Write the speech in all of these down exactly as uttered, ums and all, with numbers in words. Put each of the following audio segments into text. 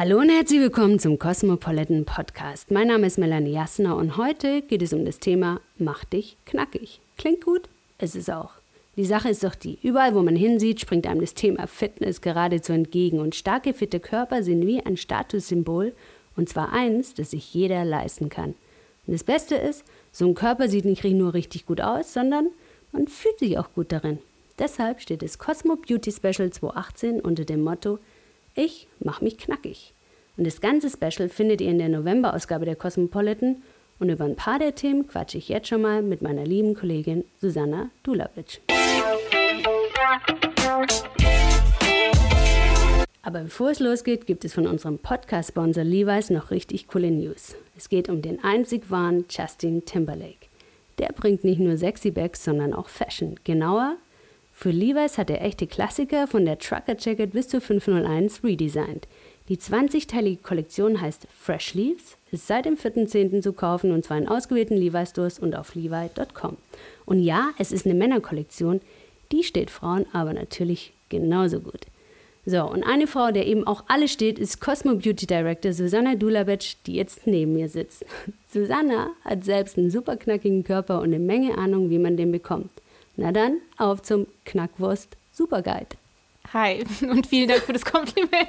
Hallo und herzlich willkommen zum Cosmopolitan Podcast. Mein Name ist Melanie Jasner und heute geht es um das Thema Mach dich knackig. Klingt gut? Es ist auch. Die Sache ist doch die, überall wo man hinsieht, springt einem das Thema Fitness geradezu entgegen und starke, fitte Körper sind wie ein Statussymbol und zwar eins, das sich jeder leisten kann. Und das Beste ist, so ein Körper sieht nicht nur richtig gut aus, sondern man fühlt sich auch gut darin. Deshalb steht das Cosmo Beauty Special zwanzig achtzehn unter dem Motto Ich mach mich knackig. Und das ganze Special findet ihr in der November-Ausgabe der Cosmopolitan und über ein paar der Themen quatsche ich jetzt schon mal mit meiner lieben Kollegin Susanna Dulavic. Aber bevor es losgeht, gibt es von unserem Podcast-Sponsor Levi's noch richtig coole News. Es geht um den einzig wahren Justin Timberlake. Der bringt nicht nur sexy Bags, sondern auch Fashion. Genauer, für Levi's hat er echte Klassiker von der Trucker Jacket bis zur fünf null eins redesigned. Die zwanzigteilige Kollektion heißt Fresh Leaves, ist seit dem vierten zehnten zu kaufen und zwar in ausgewählten Levi's Stores und auf levi punkt com. Und ja, es ist eine Männerkollektion, die steht Frauen aber natürlich genauso gut. So, und eine Frau, der eben auch alle steht, ist Cosmo Beauty Director Susanna Dulavic, die jetzt neben mir sitzt. Susanna hat selbst einen super knackigen Körper und eine Menge Ahnung, wie man den bekommt. Na dann, auf zum Knackwurst Superguide. Hi und vielen Dank für das Kompliment.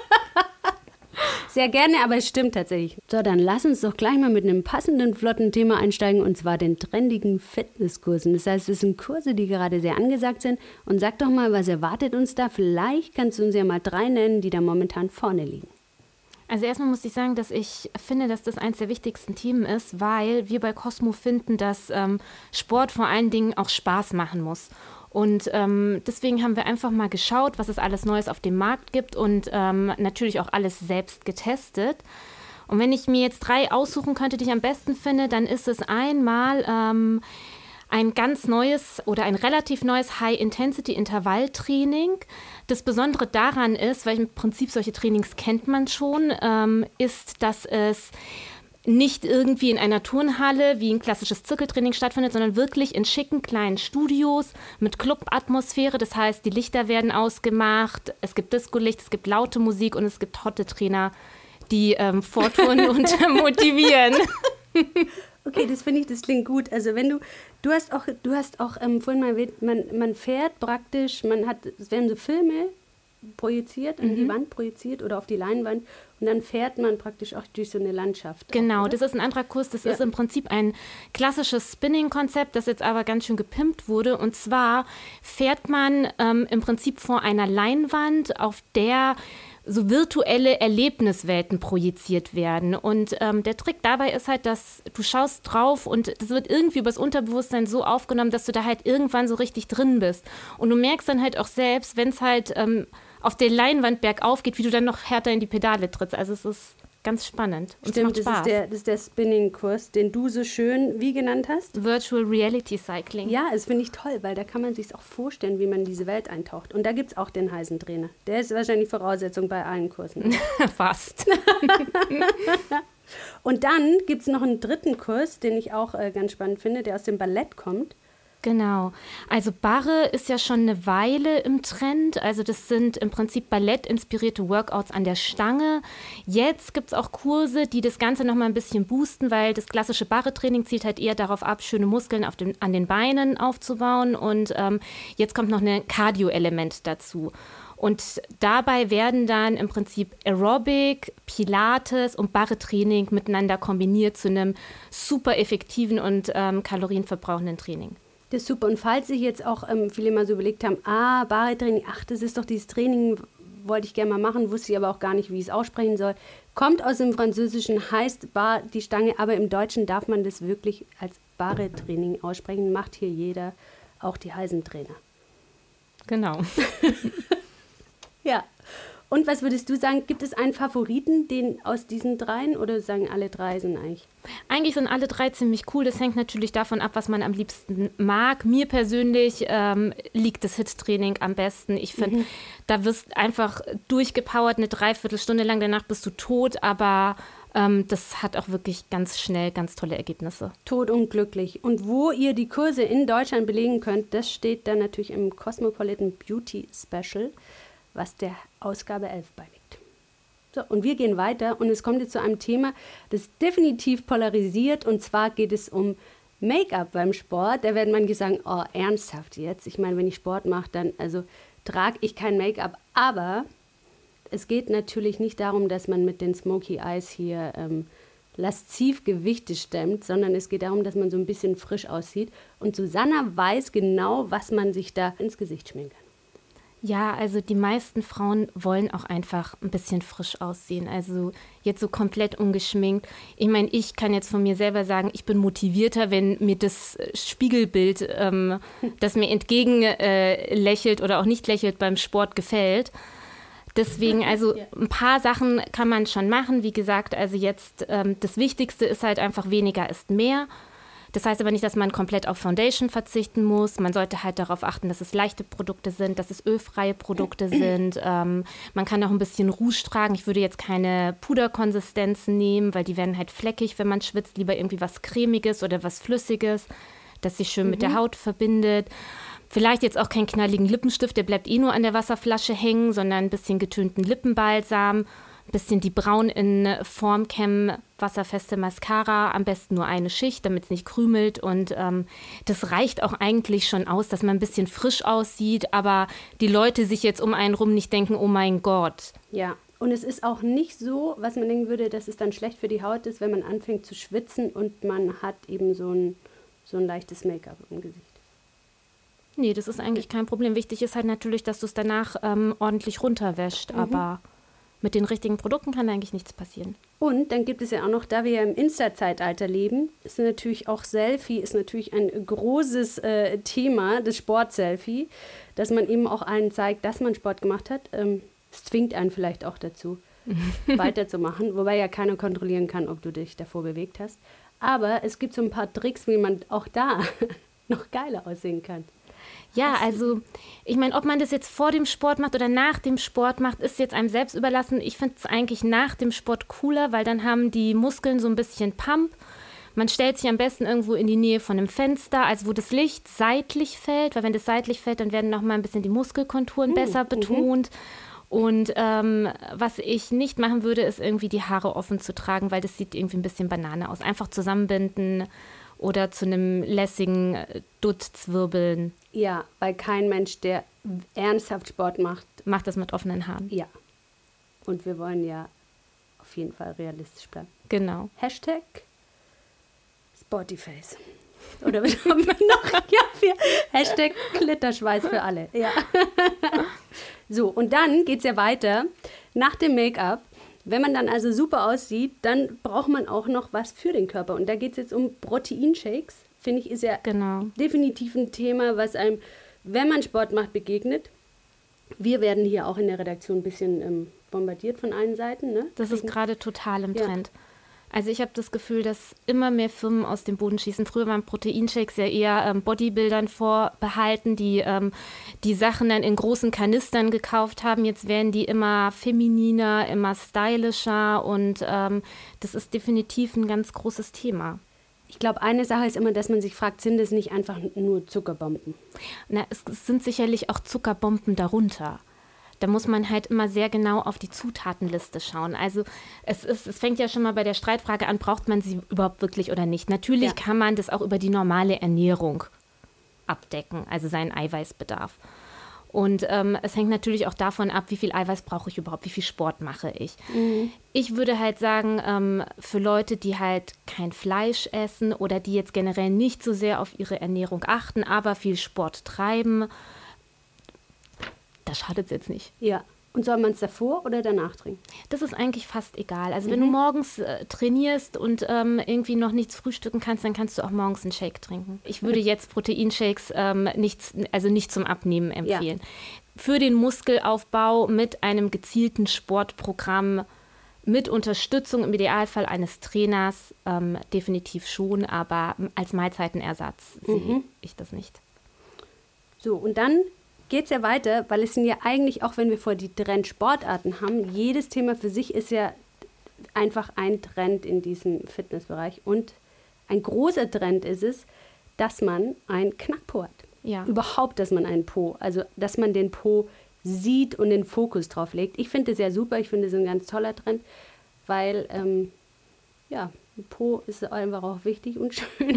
Sehr gerne, aber es stimmt tatsächlich. So, dann lass uns doch gleich mal mit einem passenden, flotten Thema einsteigen und zwar den trendigen Fitnesskursen. Das heißt, es sind Kurse, die gerade sehr angesagt sind. Und sag doch mal, was erwartet uns da? Vielleicht kannst du uns ja mal drei nennen, die da momentan vorne liegen. Also erstmal muss ich sagen, dass ich finde, dass das eines der wichtigsten Themen ist, weil wir bei Cosmo finden, dass ähm, Sport vor allen Dingen auch Spaß machen muss. Und ähm, deswegen haben wir einfach mal geschaut, was es alles Neues auf dem Markt gibt und ähm, natürlich auch alles selbst getestet. Und wenn ich mir jetzt drei aussuchen könnte, die ich am besten finde, dann ist es einmal ähm, ein ganz neues oder ein relativ neues High-Intensity-Intervalltraining. Das Besondere daran ist, weil im Prinzip solche Trainings kennt man schon, ähm, ist, dass es nicht irgendwie in einer Turnhalle wie ein klassisches Zirkeltraining stattfindet, sondern wirklich in schicken kleinen Studios mit Club-Atmosphäre. Das heißt, die Lichter werden ausgemacht, es gibt Disco-Licht, es gibt laute Musik und es gibt hotte Trainer, die ähm, fortführen und motivieren. Okay, das finde ich, das klingt gut. Also wenn du, du hast auch, du hast auch ähm, vorhin mal erwähnt, man, man fährt praktisch, man hat, es werden so Filme projiziert, an mhm. die Wand projiziert oder auf die Leinwand und dann fährt man praktisch auch durch so eine Landschaft. Genau, auch, das ist ein anderer Kurs, das ja. ist im Prinzip ein klassisches Spinning-Konzept, das jetzt aber ganz schön gepimpt wurde und zwar fährt man ähm, im Prinzip vor einer Leinwand, auf der so virtuelle Erlebniswelten projiziert werden. Und ähm, der Trick dabei ist halt, dass du schaust drauf und das wird irgendwie übers Unterbewusstsein so aufgenommen, dass du da halt irgendwann so richtig drin bist. Und du merkst dann halt auch selbst, wenn es halt ähm, auf der Leinwand bergauf geht, wie du dann noch härter in die Pedale trittst. Also es ist ganz spannend und Stimmt, es macht Spaß. Das ist der, das ist der Spinning-Kurs, den du so schön, wie genannt hast? Virtual Reality Cycling. Ja, das finde ich toll, weil da kann man sich auch vorstellen, wie man in diese Welt eintaucht. Und da gibt es auch den heißen Trainer. Der ist wahrscheinlich Voraussetzung bei allen Kursen. Fast. Und dann gibt es noch einen dritten Kurs, den ich auch äh, ganz spannend finde, der aus dem Ballett kommt. Genau. Also Barre ist ja schon eine Weile im Trend. Also das sind im Prinzip ballettinspirierte Workouts an der Stange. Jetzt gibt es auch Kurse, die das Ganze nochmal ein bisschen boosten, weil das klassische Barre-Training zielt halt eher darauf ab, schöne Muskeln auf den, an den Beinen aufzubauen. Und ähm, jetzt kommt noch ein Cardio-Element dazu. Und dabei werden dann im Prinzip Aerobic, Pilates und Barre-Training miteinander kombiniert zu einem super effektiven und ähm, kalorienverbrauchenden Training. Das ist super. Und falls sich jetzt auch ähm, viele mal so überlegt haben, ah, Barre-Training, ach, das ist doch dieses Training, wollte ich gerne mal machen, wusste ich aber auch gar nicht, wie ich es aussprechen soll. Kommt aus dem Französischen, heißt Bar die Stange, aber im Deutschen darf man das wirklich als Barre-Training aussprechen. Macht hier jeder, auch die heißen Trainer. Genau. Ja. Und was würdest du sagen, gibt es einen Favoriten, den aus diesen dreien, oder sagen alle drei sind eigentlich? Eigentlich sind alle drei ziemlich cool. Das hängt natürlich davon ab, was man am liebsten mag. Mir persönlich ähm, liegt das H I I T-Training am besten. Ich finde, mhm. da wirst einfach durchgepowert, eine Dreiviertelstunde lang, danach bist du tot, aber ähm, das hat auch wirklich ganz schnell ganz tolle Ergebnisse. Tot und glücklich. Und wo ihr die Kurse in Deutschland belegen könnt, das steht dann natürlich im Cosmopolitan Beauty Special, was der Ausgabe elf beiliegt. So, und wir gehen weiter und es kommt jetzt zu einem Thema, das definitiv polarisiert, und zwar geht es um Make-up beim Sport. Da werden manche sagen, oh, ernsthaft jetzt? Ich meine, wenn ich Sport mache, dann also trage ich kein Make-up. Aber es geht natürlich nicht darum, dass man mit den Smoky Eyes hier ähm, lasziv Gewichte stemmt, sondern es geht darum, dass man so ein bisschen frisch aussieht. Und Susanna weiß genau, was man sich da ins Gesicht schminken kann. Ja, also die meisten Frauen wollen auch einfach ein bisschen frisch aussehen. Also jetzt so komplett ungeschminkt. Ich meine, ich kann jetzt von mir selber sagen, ich bin motivierter, wenn mir das Spiegelbild, ähm, das mir entgegen äh, lächelt oder auch nicht lächelt beim Sport gefällt. Deswegen, also ein paar Sachen kann man schon machen. Wie gesagt, also jetzt ähm, das Wichtigste ist halt einfach, weniger ist mehr. Das heißt aber nicht, dass man komplett auf Foundation verzichten muss. Man sollte halt darauf achten, dass es leichte Produkte sind, dass es ölfreie Produkte sind. Ähm, man kann auch ein bisschen Rouge tragen. Ich würde jetzt keine Puderkonsistenzen nehmen, weil die werden halt fleckig, wenn man schwitzt. Lieber irgendwie was Cremiges oder was Flüssiges, das sich schön mhm. mit der Haut verbindet. Vielleicht jetzt auch keinen knalligen Lippenstift, der bleibt eh nur an der Wasserflasche hängen, sondern ein bisschen getönten Lippenbalsam. Ein bisschen die Braun in Form kämmen, wasserfeste Mascara, am besten nur eine Schicht, damit es nicht krümelt. Und ähm, das reicht auch eigentlich schon aus, dass man ein bisschen frisch aussieht, aber die Leute sich jetzt um einen rum nicht denken, oh mein Gott. Ja, und es ist auch nicht so, was man denken würde, dass es dann schlecht für die Haut ist, wenn man anfängt zu schwitzen und man hat eben so ein, so ein leichtes Make-up im Gesicht. Nee, das ist eigentlich kein Problem. Wichtig ist halt natürlich, dass du es danach ähm, ordentlich runterwäscht, mhm. aber mit den richtigen Produkten kann eigentlich nichts passieren. Und dann gibt es ja auch noch, da wir ja im Insta-Zeitalter leben, ist natürlich auch Selfie, ist natürlich ein großes äh, Thema, das Sport-Selfie, dass man eben auch allen zeigt, dass man Sport gemacht hat. Ähm, es zwingt einen vielleicht auch dazu, weiterzumachen, wobei ja keiner kontrollieren kann, ob du dich davor bewegt hast. Aber es gibt so ein paar Tricks, wie man auch da noch geiler aussehen kann. Ja, also ich meine, ob man das jetzt vor dem Sport macht oder nach dem Sport macht, ist jetzt einem selbst überlassen. Ich finde es eigentlich nach dem Sport cooler, weil dann haben die Muskeln so ein bisschen Pump. Man stellt sich am besten irgendwo in die Nähe von einem Fenster, also wo das Licht seitlich fällt, weil wenn das seitlich fällt, dann werden noch mal ein bisschen die Muskelkonturen mhm. besser betont. Mhm. Und ähm, was ich nicht machen würde, ist irgendwie die Haare offen zu tragen, weil das sieht irgendwie ein bisschen Banane aus. Einfach zusammenbinden oder zu einem lässigen Dutt zwirbeln. Ja, weil kein Mensch, der ernsthaft Sport macht, macht das mit offenen Haaren. Ja. Und wir wollen ja auf jeden Fall realistisch bleiben. Genau. Hashtag Sportyface. Oder was haben wir noch? Ja, für Hashtag Klitterschweiß für alle. Ja. So, und dann geht es ja weiter. Nach dem Make-up, wenn man dann also super aussieht, dann braucht man auch noch was für den Körper. Und da geht es jetzt um Proteinshakes. Finde ich, ist ja genau. definitiv ein Thema, was einem, wenn man Sport macht, begegnet. Wir werden hier auch in der Redaktion ein bisschen ähm, bombardiert von allen Seiten. Ne? Das ist gerade total im ja. Trend. Also ich habe das Gefühl, dass immer mehr Firmen aus dem Boden schießen. Früher waren Proteinshakes ja eher ähm, Bodybuildern vorbehalten, die ähm, die Sachen dann in großen Kanistern gekauft haben. Jetzt werden die immer femininer, immer stylischer und ähm, das ist definitiv ein ganz großes Thema. Ich glaube, eine Sache ist immer, dass man sich fragt, sind es nicht einfach nur Zuckerbomben? Na, es, es sind sicherlich auch Zuckerbomben darunter. Da muss man halt immer sehr genau auf die Zutatenliste schauen. Also es, ist, es fängt ja schon mal bei der Streitfrage an, braucht man sie überhaupt wirklich oder nicht? Natürlich ja. kann man das auch über die normale Ernährung abdecken, also seinen Eiweißbedarf. Und ähm, es hängt natürlich auch davon ab, wie viel Eiweiß brauche ich überhaupt, wie viel Sport mache ich. Mhm. Ich würde halt sagen, ähm, für Leute, die halt kein Fleisch essen oder die jetzt generell nicht so sehr auf ihre Ernährung achten, aber viel Sport treiben, das schadet es jetzt nicht. Ja. Und soll man es davor oder danach trinken? Das ist eigentlich fast egal. Also mhm. wenn du morgens äh, trainierst und ähm, irgendwie noch nichts frühstücken kannst, dann kannst du auch morgens einen Shake trinken. Ich würde jetzt Proteinshakes ähm, nicht, also nicht zum Abnehmen empfehlen. Ja. Für den Muskelaufbau mit einem gezielten Sportprogramm, mit Unterstützung im Idealfall eines Trainers ähm, definitiv schon, aber als Mahlzeitenersatz mhm. sehe ich das nicht. So, und dann geht es ja weiter, weil es sind ja eigentlich, auch wenn wir vor die Trendsportarten haben, jedes Thema für sich ist ja einfach ein Trend in diesem Fitnessbereich. Und ein großer Trend ist es, dass man einen Knackpo hat. Ja. Überhaupt, dass man einen Po, also dass man den Po sieht und den Fokus drauf legt. Ich finde das ja super, ich finde das ein ganz toller Trend, weil, ähm, ja, Po ist einfach auch wichtig und schön.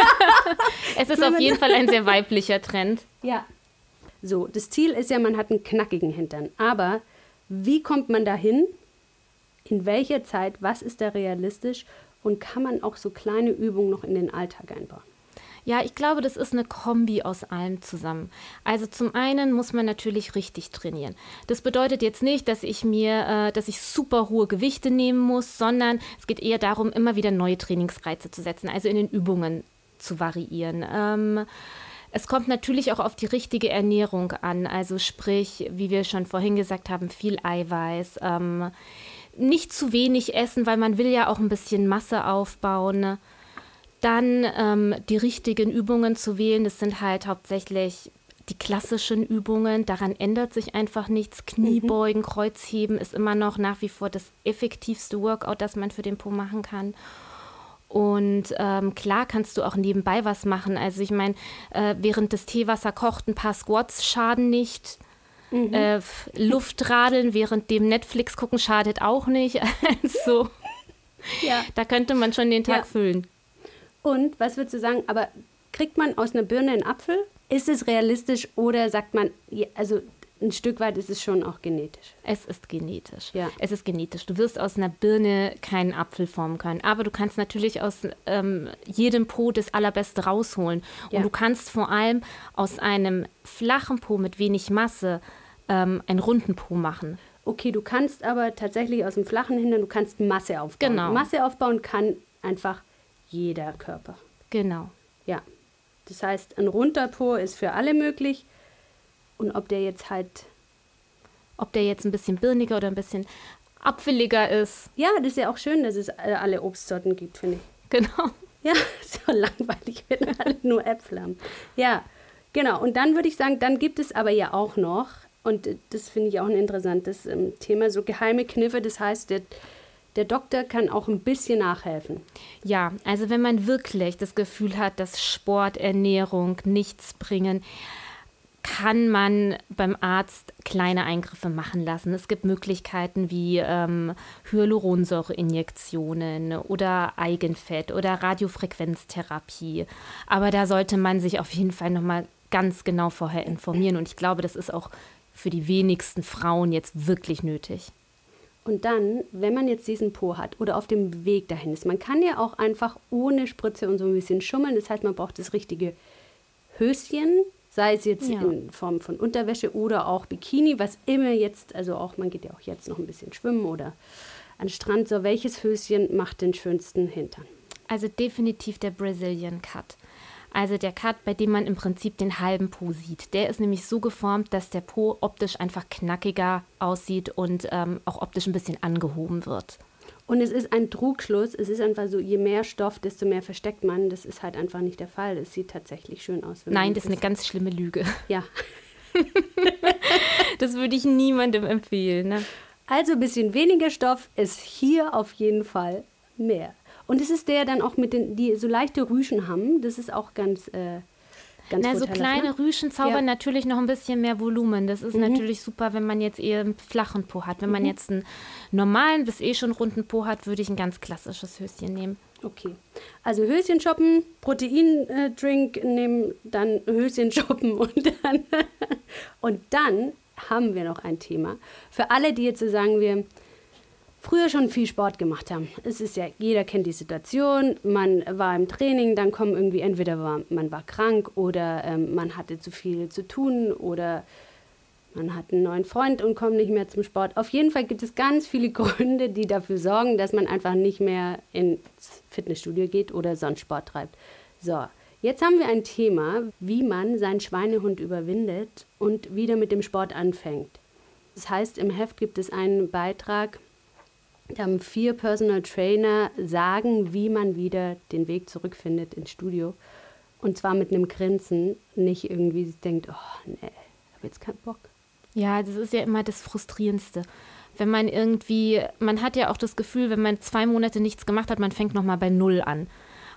Es ist auf jeden Fall ein sehr weiblicher Trend. Ja. So, das Ziel ist ja, man hat einen knackigen Hintern. Aber wie kommt man dahin? In welcher Zeit? Was ist da realistisch? Und kann man auch so kleine Übungen noch in den Alltag einbauen? Ja, ich glaube, das ist eine Kombi aus allem zusammen. Also zum einen muss man natürlich richtig trainieren. Das bedeutet jetzt nicht, dass ich mir, äh, dass ich super hohe Gewichte nehmen muss, sondern es geht eher darum, immer wieder neue Trainingsreize zu setzen, also in den Übungen zu variieren. Ähm, es kommt natürlich auch auf die richtige Ernährung an, also sprich, wie wir schon vorhin gesagt haben, viel Eiweiß, ähm, nicht zu wenig essen, weil man will ja auch ein bisschen Masse aufbauen. Dann ähm, die richtigen Übungen zu wählen, das sind halt hauptsächlich die klassischen Übungen. Daran ändert sich einfach nichts. Kniebeugen, mhm. Kreuzheben ist immer noch nach wie vor das effektivste Workout, das man für den Po machen kann. Und ähm, klar kannst du auch nebenbei was machen. Also ich meine, äh, während das Teewasser kocht, ein paar Squats schaden nicht. Mhm. Äh, Luftradeln während dem Netflix gucken schadet auch nicht. Also ja. Da könnte man schon den Tag ja. füllen. Und was würdest du sagen, aber kriegt man aus einer Birne einen Apfel? Ist es realistisch oder sagt man, also ein Stück weit ist es schon auch genetisch? Es ist genetisch. Ja. Es ist genetisch. Du wirst aus einer Birne keinen Apfel formen können, aber du kannst natürlich aus ähm, jedem Po das Allerbeste rausholen. Und ja. du kannst vor allem aus einem flachen Po mit wenig Masse ähm, einen runden Po machen. Okay, du kannst aber tatsächlich aus dem flachen Hintern, du kannst Masse aufbauen. Genau. Masse aufbauen kann einfach jeder Körper. Genau. Ja, das heißt, ein runder Po ist für alle möglich. Und ob der jetzt halt... Ob der jetzt ein bisschen birniger oder ein bisschen apfeliger ist. Ja, das ist ja auch schön, dass es alle Obstsorten gibt, finde ich. Genau. Ja, so langweilig, wenn alle nur Äpfel haben. Ja, genau. Und dann würde ich sagen, dann gibt es aber ja auch noch, und das finde ich auch ein interessantes ähm, Thema, so geheime Kniffe. Das heißt, der... Der Doktor kann auch ein bisschen nachhelfen. Ja, also wenn man wirklich das Gefühl hat, dass Sport, Ernährung nichts bringen, kann man beim Arzt kleine Eingriffe machen lassen. Es gibt Möglichkeiten wie ähm, Hyaluronsäureinjektionen oder Eigenfett oder Radiofrequenztherapie. Aber da sollte man sich auf jeden Fall nochmal ganz genau vorher informieren. Und ich glaube, das ist auch für die wenigsten Frauen jetzt wirklich nötig. Und dann, wenn man jetzt diesen Po hat oder auf dem Weg dahin ist, man kann ja auch einfach ohne Spritze und so ein bisschen schummeln. Das heißt, man braucht das richtige Höschen, sei es jetzt ja. in Form von Unterwäsche oder auch Bikini, was immer jetzt, also auch, man geht ja auch jetzt noch ein bisschen schwimmen oder an den Strand. So, welches Höschen macht den schönsten Hintern? Also definitiv der Brazilian Cut. Also der Cut, bei dem man im Prinzip den halben Po sieht. Der ist nämlich so geformt, dass der Po optisch einfach knackiger aussieht und ähm, auch optisch ein bisschen angehoben wird. Und es ist ein Trugschluss. Es ist einfach so, je mehr Stoff, desto mehr versteckt man. Das ist halt einfach nicht der Fall. Es sieht tatsächlich schön aus. Nein, das ist eine ganz schlimme Lüge. Ja. Das würde ich niemandem empfehlen. Ne? Also ein bisschen weniger Stoff ist hier auf jeden Fall mehr. Und es ist der dann auch mit den, die so leichte Rüschen haben. Das ist auch ganz, äh, ganz Na, so kleine ne? Rüschen zaubern ja. natürlich noch ein bisschen mehr Volumen. Das ist mhm. natürlich super, wenn man jetzt eher einen flachen Po hat. Wenn mhm. man jetzt einen normalen bis eh schon runden Po hat, würde ich ein ganz klassisches Höschen nehmen. Okay. Also Höschen shoppen, Proteindrink nehmen, dann Höschen shoppen und dann, und dann haben wir noch ein Thema. Für alle, die jetzt so sagen wir, früher schon viel Sport gemacht haben. Es ist ja, jeder kennt die Situation, man war im Training, dann kommen irgendwie, entweder war, man war krank oder ähm, man hatte zu viel zu tun oder man hat einen neuen Freund und kommt nicht mehr zum Sport. Auf jeden Fall gibt es ganz viele Gründe, die dafür sorgen, dass man einfach nicht mehr ins Fitnessstudio geht oder sonst Sport treibt. So, jetzt haben wir ein Thema, wie man seinen Schweinehund überwindet und wieder mit dem Sport anfängt. Das heißt, im Heft gibt es einen Beitrag, da haben vier Personal Trainer sagen, wie man wieder den Weg zurückfindet ins Studio. Und zwar mit einem Grinsen, nicht irgendwie denkt, oh nee, ich habe jetzt keinen Bock. Ja, das ist ja immer das Frustrierendste. Wenn man irgendwie, man hat ja auch das Gefühl, wenn man zwei Monate nichts gemacht hat, man fängt nochmal bei Null an.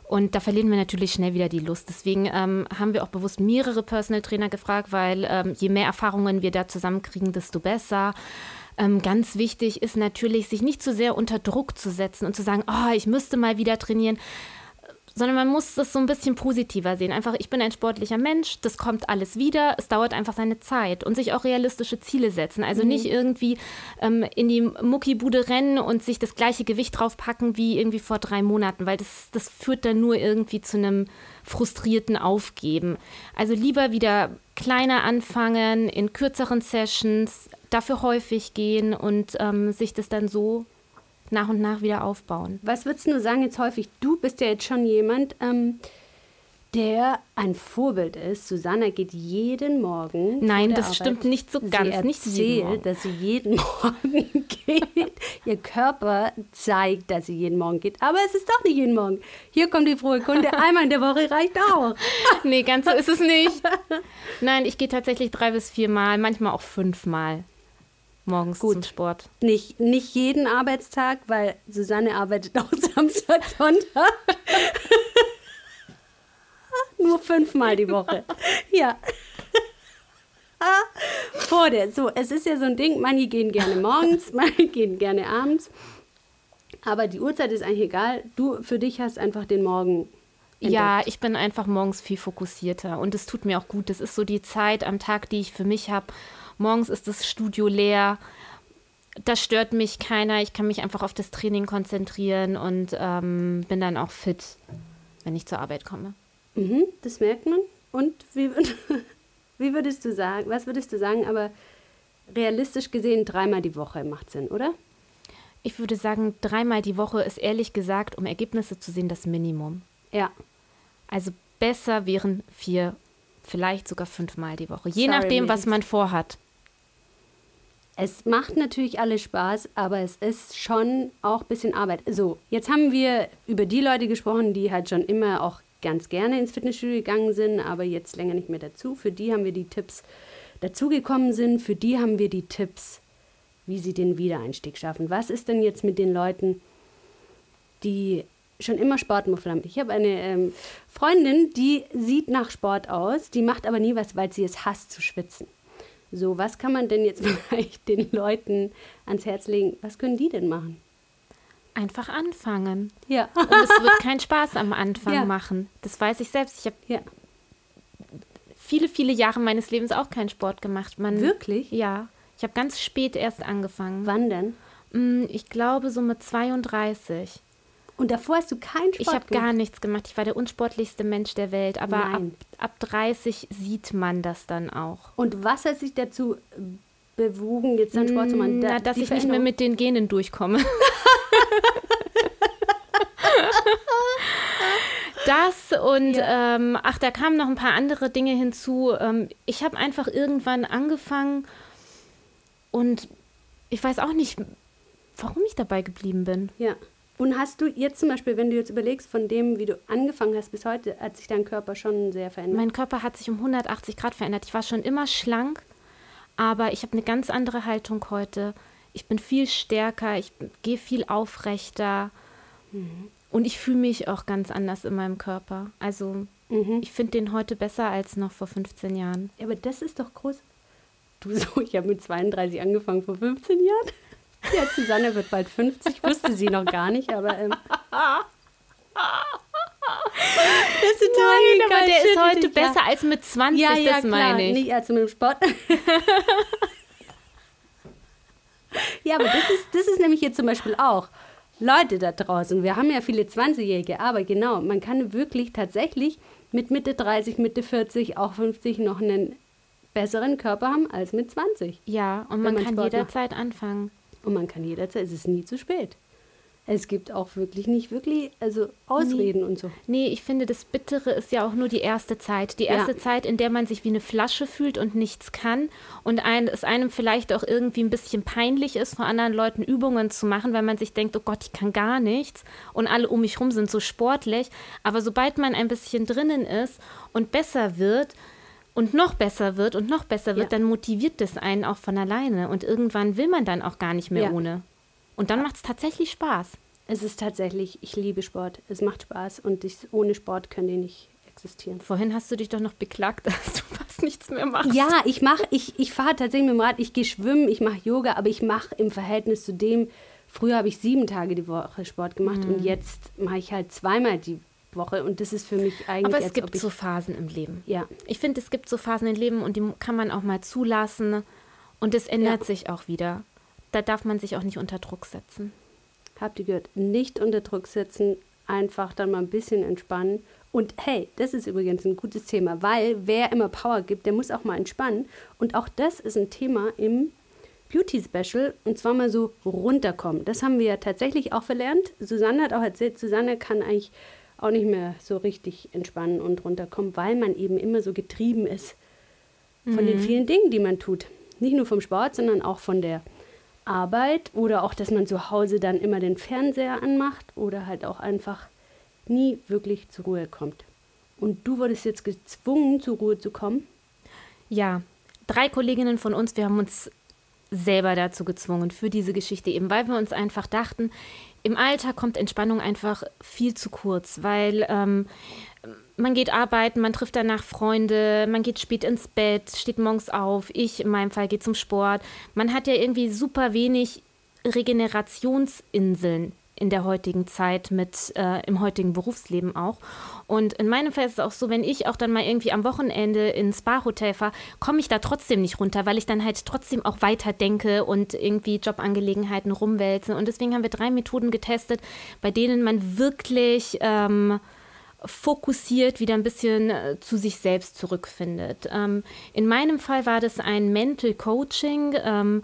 Und da verlieren wir natürlich schnell wieder die Lust. Deswegen ähm, haben wir auch bewusst mehrere Personal Trainer gefragt, weil ähm, je mehr Erfahrungen wir da zusammenkriegen, desto besser. Ähm, ganz wichtig ist natürlich, sich nicht zu sehr unter Druck zu setzen und zu sagen, oh, ich müsste mal wieder trainieren, sondern man muss das so ein bisschen positiver sehen. Einfach, ich bin ein sportlicher Mensch, das kommt alles wieder, es dauert einfach seine Zeit und sich auch realistische Ziele setzen. Also mhm. nicht irgendwie ähm, in die Muckibude rennen und sich das gleiche Gewicht draufpacken wie irgendwie vor drei Monaten, weil das, das führt dann nur irgendwie zu einem frustrierten Aufgeben. Also lieber wieder kleiner anfangen, in kürzeren Sessions, dafür häufig gehen und ähm, sich das dann so nach und nach wieder aufbauen. Was würdest du sagen jetzt häufig? Du bist ja jetzt schon jemand, ähm, der ein Vorbild ist. Susanna geht jeden Morgen. Nein, das Arbeit. Stimmt nicht so ganz. Sie nicht erzählt, dass sie jeden Morgen geht. Ihr Körper zeigt, dass sie jeden Morgen geht. Aber es ist doch nicht jeden Morgen. Hier kommt die frohe Kunde. Einmal in der Woche reicht auch. Nee, ganz so ist es nicht. Nein, ich gehe tatsächlich drei bis vier Mal, manchmal auch fünf Mal. Morgens Gut. Zum Sport. Nicht, nicht jeden Arbeitstag, weil Susanne arbeitet auch Samstag, Sonntag. Nur fünfmal die Woche. Ja. Vor der. So, es ist ja so ein Ding, manche gehen gerne morgens, manche gehen gerne abends. Aber die Uhrzeit ist eigentlich egal. Du, für dich hast einfach den Morgen entdeckt. Ja, ich bin einfach morgens viel fokussierter. Und es tut mir auch gut. Das ist so die Zeit am Tag, die ich für mich habe. Morgens ist das Studio leer, da stört mich keiner, ich kann mich einfach auf das Training konzentrieren und ähm, bin dann auch fit, wenn ich zur Arbeit komme. Mhm, das merkt man. Und wie, wie würdest du sagen, was würdest du sagen, aber realistisch gesehen dreimal die Woche macht Sinn, oder? Ich würde sagen, dreimal die Woche ist ehrlich gesagt, um Ergebnisse zu sehen, das Minimum. Ja. Also besser wären vier, vielleicht sogar fünfmal die Woche, je Sorry, nachdem, was man vorhat. Es macht natürlich alles Spaß, aber es ist schon auch ein bisschen Arbeit. So, jetzt haben wir über die Leute gesprochen, die halt schon immer auch ganz gerne ins Fitnessstudio gegangen sind, aber jetzt länger nicht mehr dazu. Für die haben wir die Tipps dazugekommen sind. Für die haben wir die Tipps, wie sie den Wiedereinstieg schaffen. Was ist denn jetzt mit den Leuten, die schon immer Sportmuffel haben? Ich habe eine ähm, Freundin, die sieht nach Sport aus, die macht aber nie was, weil sie es hasst zu schwitzen. So, was kann man denn jetzt vielleicht den Leuten ans Herz legen? Was können die denn machen? Einfach anfangen. Ja. Und es wird keinen Spaß am Anfang ja. machen. Das weiß ich selbst. Ich habe ja. viele, viele Jahre meines Lebens auch keinen Sport gemacht. Man, Wirklich? Ja. Ich habe ganz spät erst angefangen. Wann denn? Ich glaube so mit zweiunddreißig. Und davor hast du keinen Sport Ich habe gar nichts gemacht. Ich war der unsportlichste Mensch der Welt. Aber ab, ab dreißig sieht man das dann auch. Und was hat sich dazu bewogen, jetzt dann Sport zu machen? Da, Na, dass ich nicht mehr mit den Genen durchkomme. Das und, ja. ähm, ach, da kamen noch ein paar andere Dinge hinzu. Ähm, ich habe einfach irgendwann angefangen und ich weiß auch nicht, warum ich dabei geblieben bin. Ja. Und hast du jetzt zum Beispiel, wenn du jetzt überlegst, von dem, wie du angefangen hast bis heute, hat sich dein Körper schon sehr verändert? Mein Körper hat sich um hundertachtzig Grad verändert. Ich war schon immer schlank, aber ich habe eine ganz andere Haltung heute. Ich bin viel stärker, ich gehe viel aufrechter mhm. und ich fühle mich auch ganz anders in meinem Körper. Also mhm. ich finde den heute besser als noch vor fünfzehn Jahren. Ja, aber das ist doch groß. Du so, ich habe mit zweiunddreißig angefangen vor fünfzehn Jahren. Ja, Susanne wird bald fünfzig, wusste sie noch gar nicht, aber ähm, das ist total Nein, aber der ist heute dich, besser ja. als mit zwanzig, ja, ja, das meine ich. Nicht als mit dem Sport. Ja, aber das ist, das ist nämlich jetzt zum Beispiel auch Leute da draußen. Wir haben ja viele zwanzigjährige, aber genau, man kann wirklich tatsächlich mit Mitte dreißig, Mitte vierzig, auch fünfzig noch einen besseren Körper haben als mit zwanzig. Ja, und man, man kann Sport jederzeit macht. anfangen. Und man kann jederzeit, es ist nie zu spät. Es gibt auch wirklich nicht wirklich, also Ausreden nee. und so. Nee, ich finde, das Bittere ist ja auch nur die erste Zeit. Die erste ja. Zeit, in der man sich wie eine Flasche fühlt und nichts kann und ein, es einem vielleicht auch irgendwie ein bisschen peinlich ist, vor anderen Leuten Übungen zu machen, weil man sich denkt, oh Gott, ich kann gar nichts und alle um mich rum sind so sportlich. Aber sobald man ein bisschen drinnen ist und besser wird, und noch besser wird und noch besser wird, ja. dann motiviert das einen auch von alleine. Und irgendwann will man dann auch gar nicht mehr ja. ohne. Und dann macht es tatsächlich Spaß. Es ist tatsächlich, ich liebe Sport. Es macht Spaß und ich, ohne Sport können die nicht existieren. Vorhin hast du dich doch noch beklagt, dass du fast nichts mehr machst. Ja, ich mache, ich, ich fahre tatsächlich mit dem Rad, ich gehe schwimmen, ich mache Yoga, aber ich mache im Verhältnis zu dem, früher habe ich sieben Tage die Woche Sport gemacht mhm. und jetzt mache ich halt zweimal die Woche und das ist für mich eigentlich... Aber es als gibt ob ich, so Phasen im Leben. Ja. Ich finde, es gibt so Phasen im Leben und die kann man auch mal zulassen und es ändert ja. sich auch wieder. Da darf man sich auch nicht unter Druck setzen. Habt ihr gehört? Nicht unter Druck setzen, einfach dann mal ein bisschen entspannen. Und hey, das ist übrigens ein gutes Thema, weil wer immer Power gibt, der muss auch mal entspannen. Und auch das ist ein Thema im Beauty Special und zwar mal so runterkommen. Das haben wir ja tatsächlich auch verlernt. Susanne hat auch erzählt, Susanne kann eigentlich auch nicht mehr so richtig entspannen und runterkommen, weil man eben immer so getrieben ist von mhm. den vielen Dingen, die man tut. Nicht nur vom Sport, sondern auch von der Arbeit oder auch, dass man zu Hause dann immer den Fernseher anmacht oder halt auch einfach nie wirklich zur Ruhe kommt. Und du wurdest jetzt gezwungen, zur Ruhe zu kommen? Ja, drei Kolleginnen von uns, wir haben uns selber dazu gezwungen für diese Geschichte eben, weil wir uns einfach dachten, im Alltag kommt Entspannung einfach viel zu kurz, weil ähm, man geht arbeiten, man trifft danach Freunde, man geht spät ins Bett, steht morgens auf, ich in meinem Fall gehe zum Sport. Man hat ja irgendwie super wenig Regenerationsinseln in der heutigen Zeit mit äh, im heutigen Berufsleben auch. Und in meinem Fall ist es auch so, wenn ich auch dann mal irgendwie am Wochenende ins Spa-Hotel fahre, komme ich da trotzdem nicht runter, weil ich dann halt trotzdem auch weiter denke und irgendwie Jobangelegenheiten rumwälze. Und deswegen haben wir drei Methoden getestet, bei denen man wirklich ähm, fokussiert wieder ein bisschen äh, zu sich selbst zurückfindet. Ähm, in meinem Fall war das ein Mental Coaching. Ähm,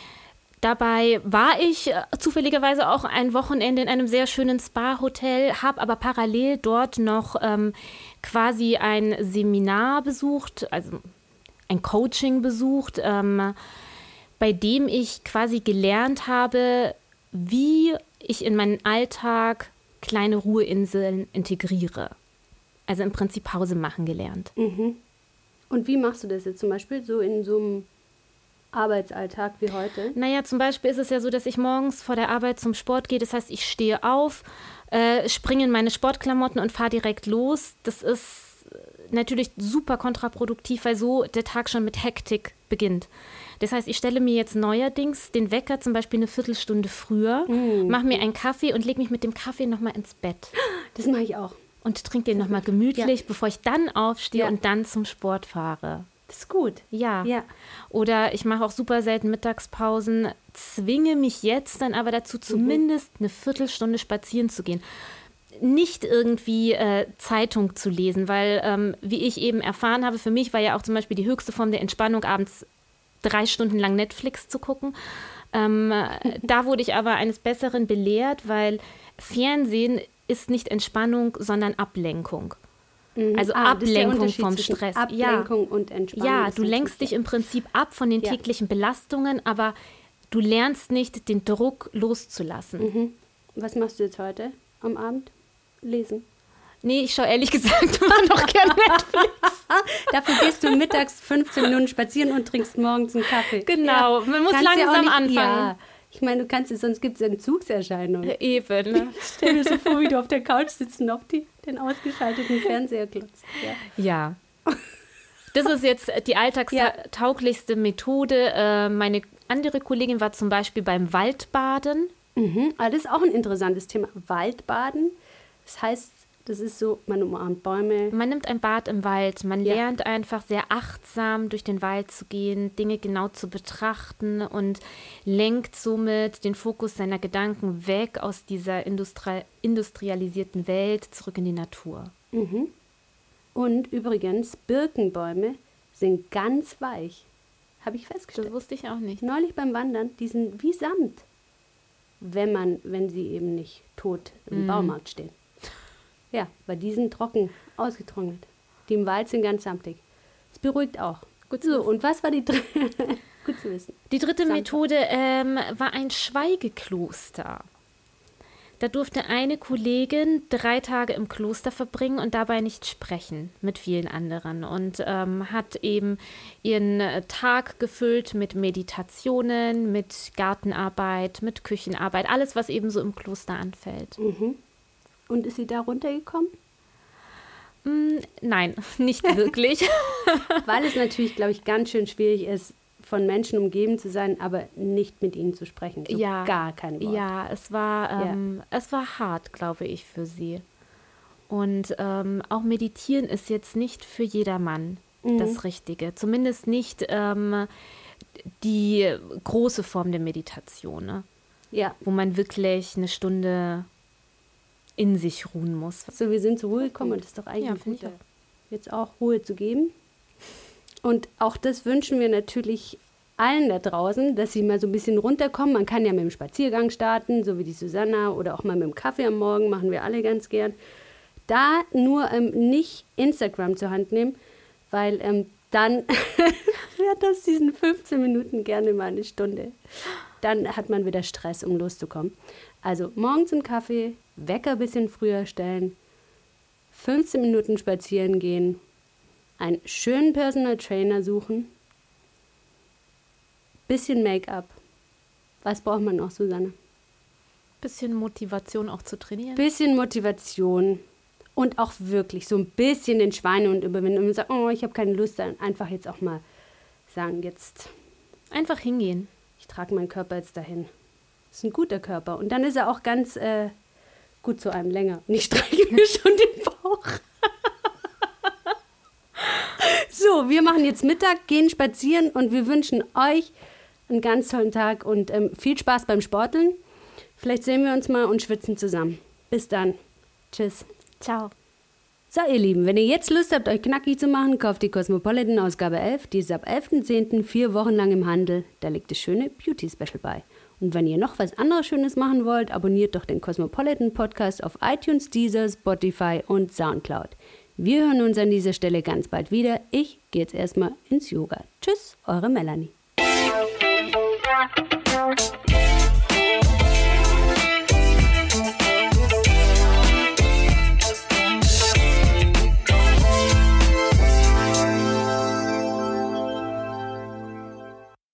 Dabei war ich äh, zufälligerweise auch ein Wochenende in einem sehr schönen Spa-Hotel, habe aber parallel dort noch ähm, quasi ein Seminar besucht, also ein Coaching besucht, ähm, bei dem ich quasi gelernt habe, wie ich in meinen Alltag kleine Ruheinseln integriere. Also im Prinzip Pause machen gelernt. Mhm. Und wie machst du das jetzt zum Beispiel so in so einem Arbeitsalltag wie heute? Naja, zum Beispiel ist es ja so, dass ich morgens vor der Arbeit zum Sport gehe. Das heißt, ich stehe auf, äh, springe in meine Sportklamotten und fahre direkt los. Das ist natürlich super kontraproduktiv, weil so der Tag schon mit Hektik beginnt. Das heißt, ich stelle mir jetzt neuerdings den Wecker zum Beispiel eine Viertelstunde früher, mm. mache mir einen Kaffee und lege mich mit dem Kaffee nochmal ins Bett. Das mache ich auch. Und trinke den nochmal gemütlich, ja. bevor ich dann aufstehe ja. und dann zum Sport fahre. Das ist gut. Ja. ja. Oder ich mache auch super selten Mittagspausen, zwinge mich jetzt dann aber dazu, zumindest eine Viertelstunde spazieren zu gehen. Nicht irgendwie äh, Zeitung zu lesen, weil, ähm, wie ich eben erfahren habe, für mich war ja auch zum Beispiel die höchste Form der Entspannung, abends drei Stunden lang Netflix zu gucken. Ähm, da wurde ich aber eines Besseren belehrt, weil Fernsehen ist nicht Entspannung, sondern Ablenkung. Also ah, Ablenkung vom Stress. Ablenkung ja. und Entspannung. Ja, du lenkst dich im Prinzip ab von den ja. täglichen Belastungen, aber du lernst nicht, den Druck loszulassen. Mhm. Was machst du jetzt heute am Abend? Lesen? Nee, ich schaue ehrlich gesagt immer noch gerne Netflix. Dafür gehst du mittags fünfzehn Minuten spazieren und trinkst morgens einen Kaffee. Genau, ja. man muss kannst langsam nicht, anfangen. Ja. Ich meine, du kannst, sonst gibt es ja Entzugserscheinungen. Eben. Ne? Stell dir so vor, wie du auf der Couch sitzt und auf die, den ausgeschalteten Fernseher glotzt. Ja. ja. Das ist jetzt die alltagstauglichste ja. Methode. Äh, meine andere Kollegin war zum Beispiel beim Waldbaden. Mhm. Ah, das ist auch ein interessantes Thema. Waldbaden. Das heißt, das ist so, man umarmt Bäume. Man nimmt ein Bad im Wald. Man ja. lernt einfach sehr achtsam durch den Wald zu gehen, Dinge genau zu betrachten und lenkt somit den Fokus seiner Gedanken weg aus dieser industri- industrialisierten Welt zurück in die Natur. Mhm. Und übrigens, Birkenbäume sind ganz weich. Habe ich festgestellt. Das wusste ich auch nicht. Neulich beim Wandern, die sind wie Samt, wenn man, wenn sie eben nicht tot im mm. Baumarkt stehen. Ja, weil die sind trocken, ausgetrocknet. Die im Wald sind ganz samtig. Das beruhigt auch. Gut so, und was war die dritte? Gut zu wissen. Die dritte Samt. Methode ähm, war ein Schweigekloster. Da durfte eine Kollegin drei Tage im Kloster verbringen und dabei nicht sprechen mit vielen anderen und ähm, hat eben ihren Tag gefüllt mit Meditationen, mit Gartenarbeit, mit Küchenarbeit, alles, was eben so im Kloster anfällt. Mhm. Und ist sie da runtergekommen? Mm, nein, nicht wirklich. Weil es natürlich, glaube ich, ganz schön schwierig ist, von Menschen umgeben zu sein, aber nicht mit ihnen zu sprechen. So ja, gar kein Wort. Ja, es war, ähm, ja. es war hart, glaube ich, für sie. Und ähm, auch Meditieren ist jetzt nicht für jedermann mhm. das Richtige. Zumindest nicht ähm, die große Form der Meditation, ne? Ja. Wo man wirklich eine Stunde in sich ruhen muss. So, wir sind zur Ruhe gekommen und das ist doch eigentlich ja, gut, jetzt auch Ruhe zu geben. Und auch das wünschen wir natürlich allen da draußen, dass sie mal so ein bisschen runterkommen. Man kann ja mit dem Spaziergang starten, so wie die Susanna, oder auch mal mit dem Kaffee am Morgen, machen wir alle ganz gern. Da nur ähm, nicht Instagram zur Hand nehmen, weil ähm, dann wird aus diesen fünfzehn Minuten gerne mal eine Stunde. Dann hat man wieder Stress, um loszukommen. Also morgens einen Kaffee, Wecker ein bisschen früher stellen, fünfzehn Minuten spazieren gehen, einen schönen Personal Trainer suchen, bisschen Make-up. Was braucht man noch, Susanne? Bisschen Motivation auch zu trainieren. Bisschen Motivation und auch wirklich so ein bisschen den Schweinehund überwinden und sagen, oh, ich habe keine Lust, dann einfach jetzt auch mal sagen, jetzt einfach hingehen. Ich trage meinen Körper jetzt dahin. Das ist ein guter Körper. Und dann ist er auch ganz äh, gut zu einem länger. Und ich streiche mir schon den Bauch. So, wir machen jetzt Mittag, gehen spazieren und wir wünschen euch einen ganz tollen Tag und ähm, viel Spaß beim Sporteln. Vielleicht sehen wir uns mal und schwitzen zusammen. Bis dann. Tschüss. Ciao. So, ihr Lieben, wenn ihr jetzt Lust habt, euch knackig zu machen, kauft die Cosmopolitan Ausgabe elf. Die ist ab elften zehnten vier Wochen lang im Handel. Da liegt das schöne Beauty-Special bei. Und wenn ihr noch was anderes Schönes machen wollt, abonniert doch den Cosmopolitan Podcast auf iTunes, Deezer, Spotify und Soundcloud. Wir hören uns an dieser Stelle ganz bald wieder. Ich gehe jetzt erstmal ins Yoga. Tschüss, eure Melanie.